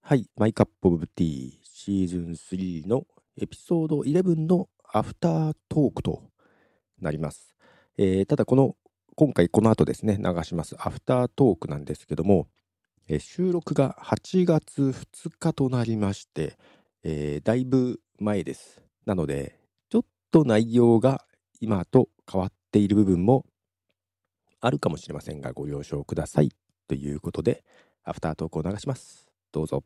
はい、マイカップオブティーシーズン3のエピソード11のアフタートークとなります。ただ今回この後ですね、流しますアフタートークなんですけども、収録が8月2日となりまして、だいぶ前です。なので、ちょっと内容が今と変わっている部分もあるかもしれませんが、ご了承ください。ということで、アフタートークを流します。どうぞ。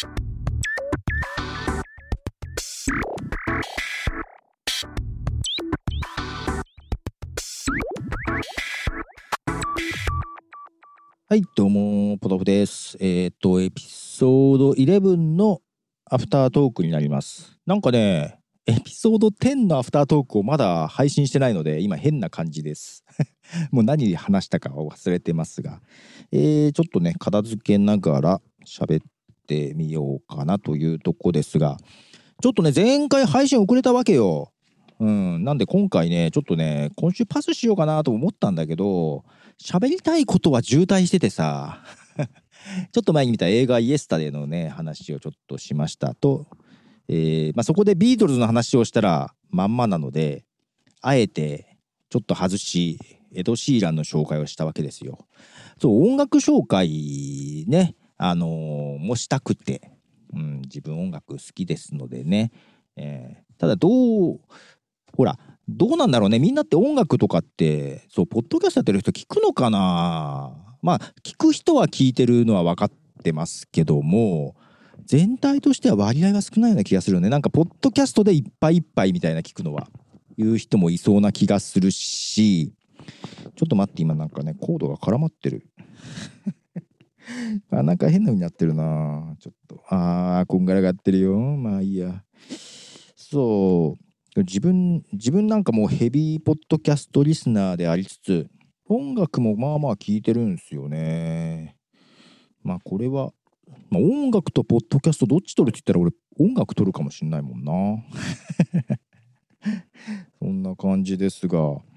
はい、どうも、ポトフです。エピソード11のアフタートークになります。なんかね、エピソード10のアフタートークをまだ配信してないので、今変な感じです。もう何話したかを忘れてますが、ちょっとね、片付けながら喋ってみようかなというとこですが、ちょっとね、前回配信遅れたわけよ。なんで今回ね、ちょっとね、今週パスしようかなと思ったんだけど、喋りたいことは渋滞しててさ、ちょっと前に見た映画イエスタデーのね、話をちょっとしましたと、そこでビートルズの話をしたらまんまなので、あえてちょっと外し、エド・シーランの紹介をしたわけですよ。そう、音楽紹介ね、もしたくて、自分音楽好きですのでね、ただほら、どうなんだろうね。みんなって音楽とかって、そう、ポッドキャストやってる人聞くのかな。まあ、聞く人は聞いてるのは分かってますけども、全体としては割合が少ないような気がするよね。なんか、ポッドキャストでいっぱいいっぱいみたいな聞くのは、いう人もいそうな気がするし、ちょっと待って、今なんかね、コードが絡まってる。なんか変な風になってるな。ちょっと、こんがらがってるよ。まあいいや。そう。自分なんかもうヘビーポッドキャストリスナーでありつつ、音楽もまあまあ聞いてるんですよね。まあこれは、音楽とポッドキャストどっち取るって言ったら俺音楽取るかもしんないもんな。そんな感じですが、よ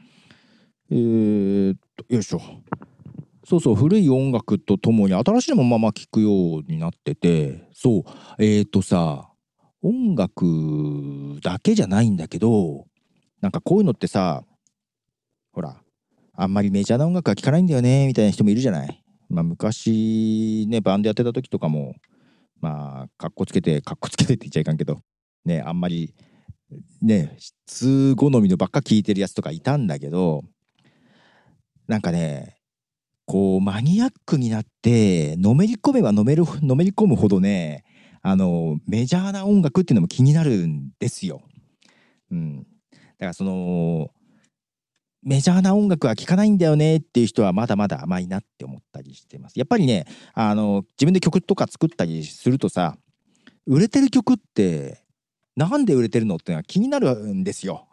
いしょ。そうそう、古い音楽とともに新しいのもまあまあ聞くようになってて、そう、さ、音楽だけじゃないんだけど、なんかこういうのってさ、ほら、あんまりメジャーな音楽は聴かないんだよね、みたいな人もいるじゃない。昔ね、バンドやってた時とかも、かっこつけてって言っちゃいかんけど、ね、あんまり、ね、普通好みのばっか聴いてるやつとかいたんだけど、なんかね、こうマニアックになってのめり込めばのめり込むほどね、メジャーな音楽っていうのも気になるんですよ。だからそのメジャーな音楽は聴かないんだよねっていう人はまだまだ甘いなって思ったりしてます。やっぱりね、自分で曲とか作ったりするとさ、売れてる曲ってなんで売れてるのってのは気になるんですよ。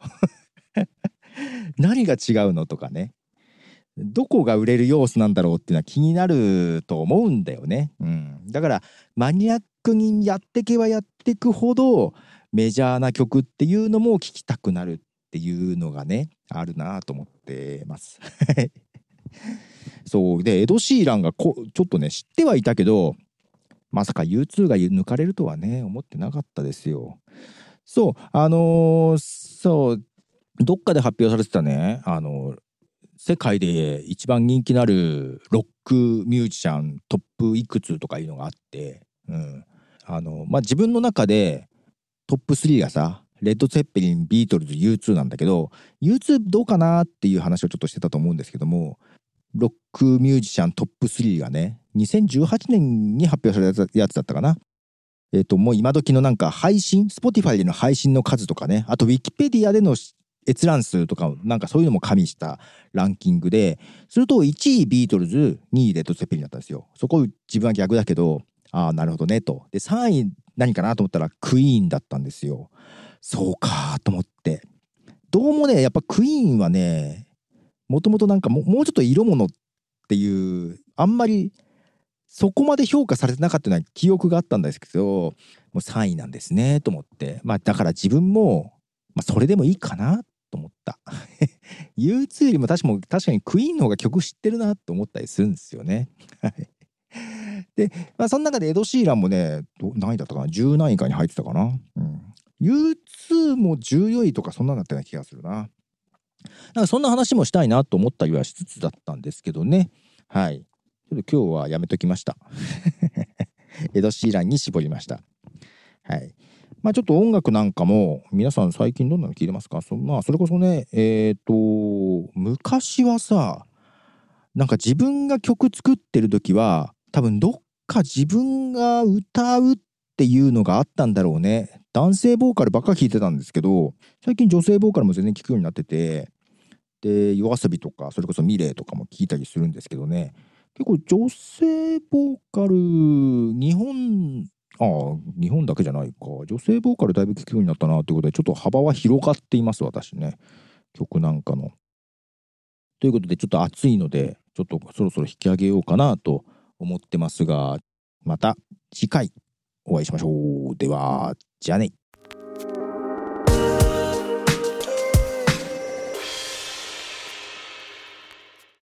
何が違うのとかね。どこが売れる要素なんだろうっていうのは気になると思うんだよね。だからマニアックにやってけばやってくほどメジャーな曲っていうのも聴きたくなるっていうのがねあるなと思ってます。そうでエド・シーランがちょっとね知ってはいたけどまさか U2 が抜かれるとはね思ってなかったですよ。そうそうどっかで発表されてたね世界で一番人気のあるロックミュージシャントップいくつとかいうのがあって、自分の中でトップ3がさレッド・ツェッペリン、ビートルズ、U2 なんだけど U2 どうかなっていう話をちょっとしてたと思うんですけどもロックミュージシャントップ3がね2018年に発表されたやつだったかな。もう今時のなんか配信 Spotify での配信の数とかねあと Wikipedia での閲覧数とかなんかそういうのも加味したランキングですると1位ビートルズ2位レッド・ツェッペリンだったんですよ。そこ自分は逆だけどなるほどねと。で3位何かなと思ったらクイーンだったんですよ。そうかと思ってどうもねやっぱクイーンはねもともとなんかもうちょっと色物っていうあんまりそこまで評価されてなかったような記憶があったんですけどもう3位なんですねと思ってだから自分も、それでもいいかなと思った。U2 よりも確かにクイーンの方が曲知ってるなと思ったりするんですよね。 で、その中でエド・シーランもね、何位だったかな、10何位以下に入ってたかな。U2 も14位とかそんなになったような気がするな。なんかそんな話もしたいなと思ったりはしつつだったんですけどね。はい。ちょっと今日はやめときました。エド・シーランに絞りました。はい。ちょっと音楽なんかも皆さん最近どんなの聴いてますか？それこそね、昔はさ、なんか自分が曲作ってる時は多分どっか自分が歌うっていうのがあったんだろうね。男性ボーカルばっか聴いてたんですけど、最近女性ボーカルも全然聴くようになってて、で、YOASOBIとかそれこそミレイとかも聴いたりするんですけどね、結構女性ボーカル日本だけじゃないか、女性ボーカルだいぶ聴くようになったなということで、ちょっと幅は広がっています、私ね、曲なんかの。ということで、ちょっと暑いので、ちょっとそろそろ引き上げようかなと思ってますが、また次回お会いしましょう。では、じゃあね。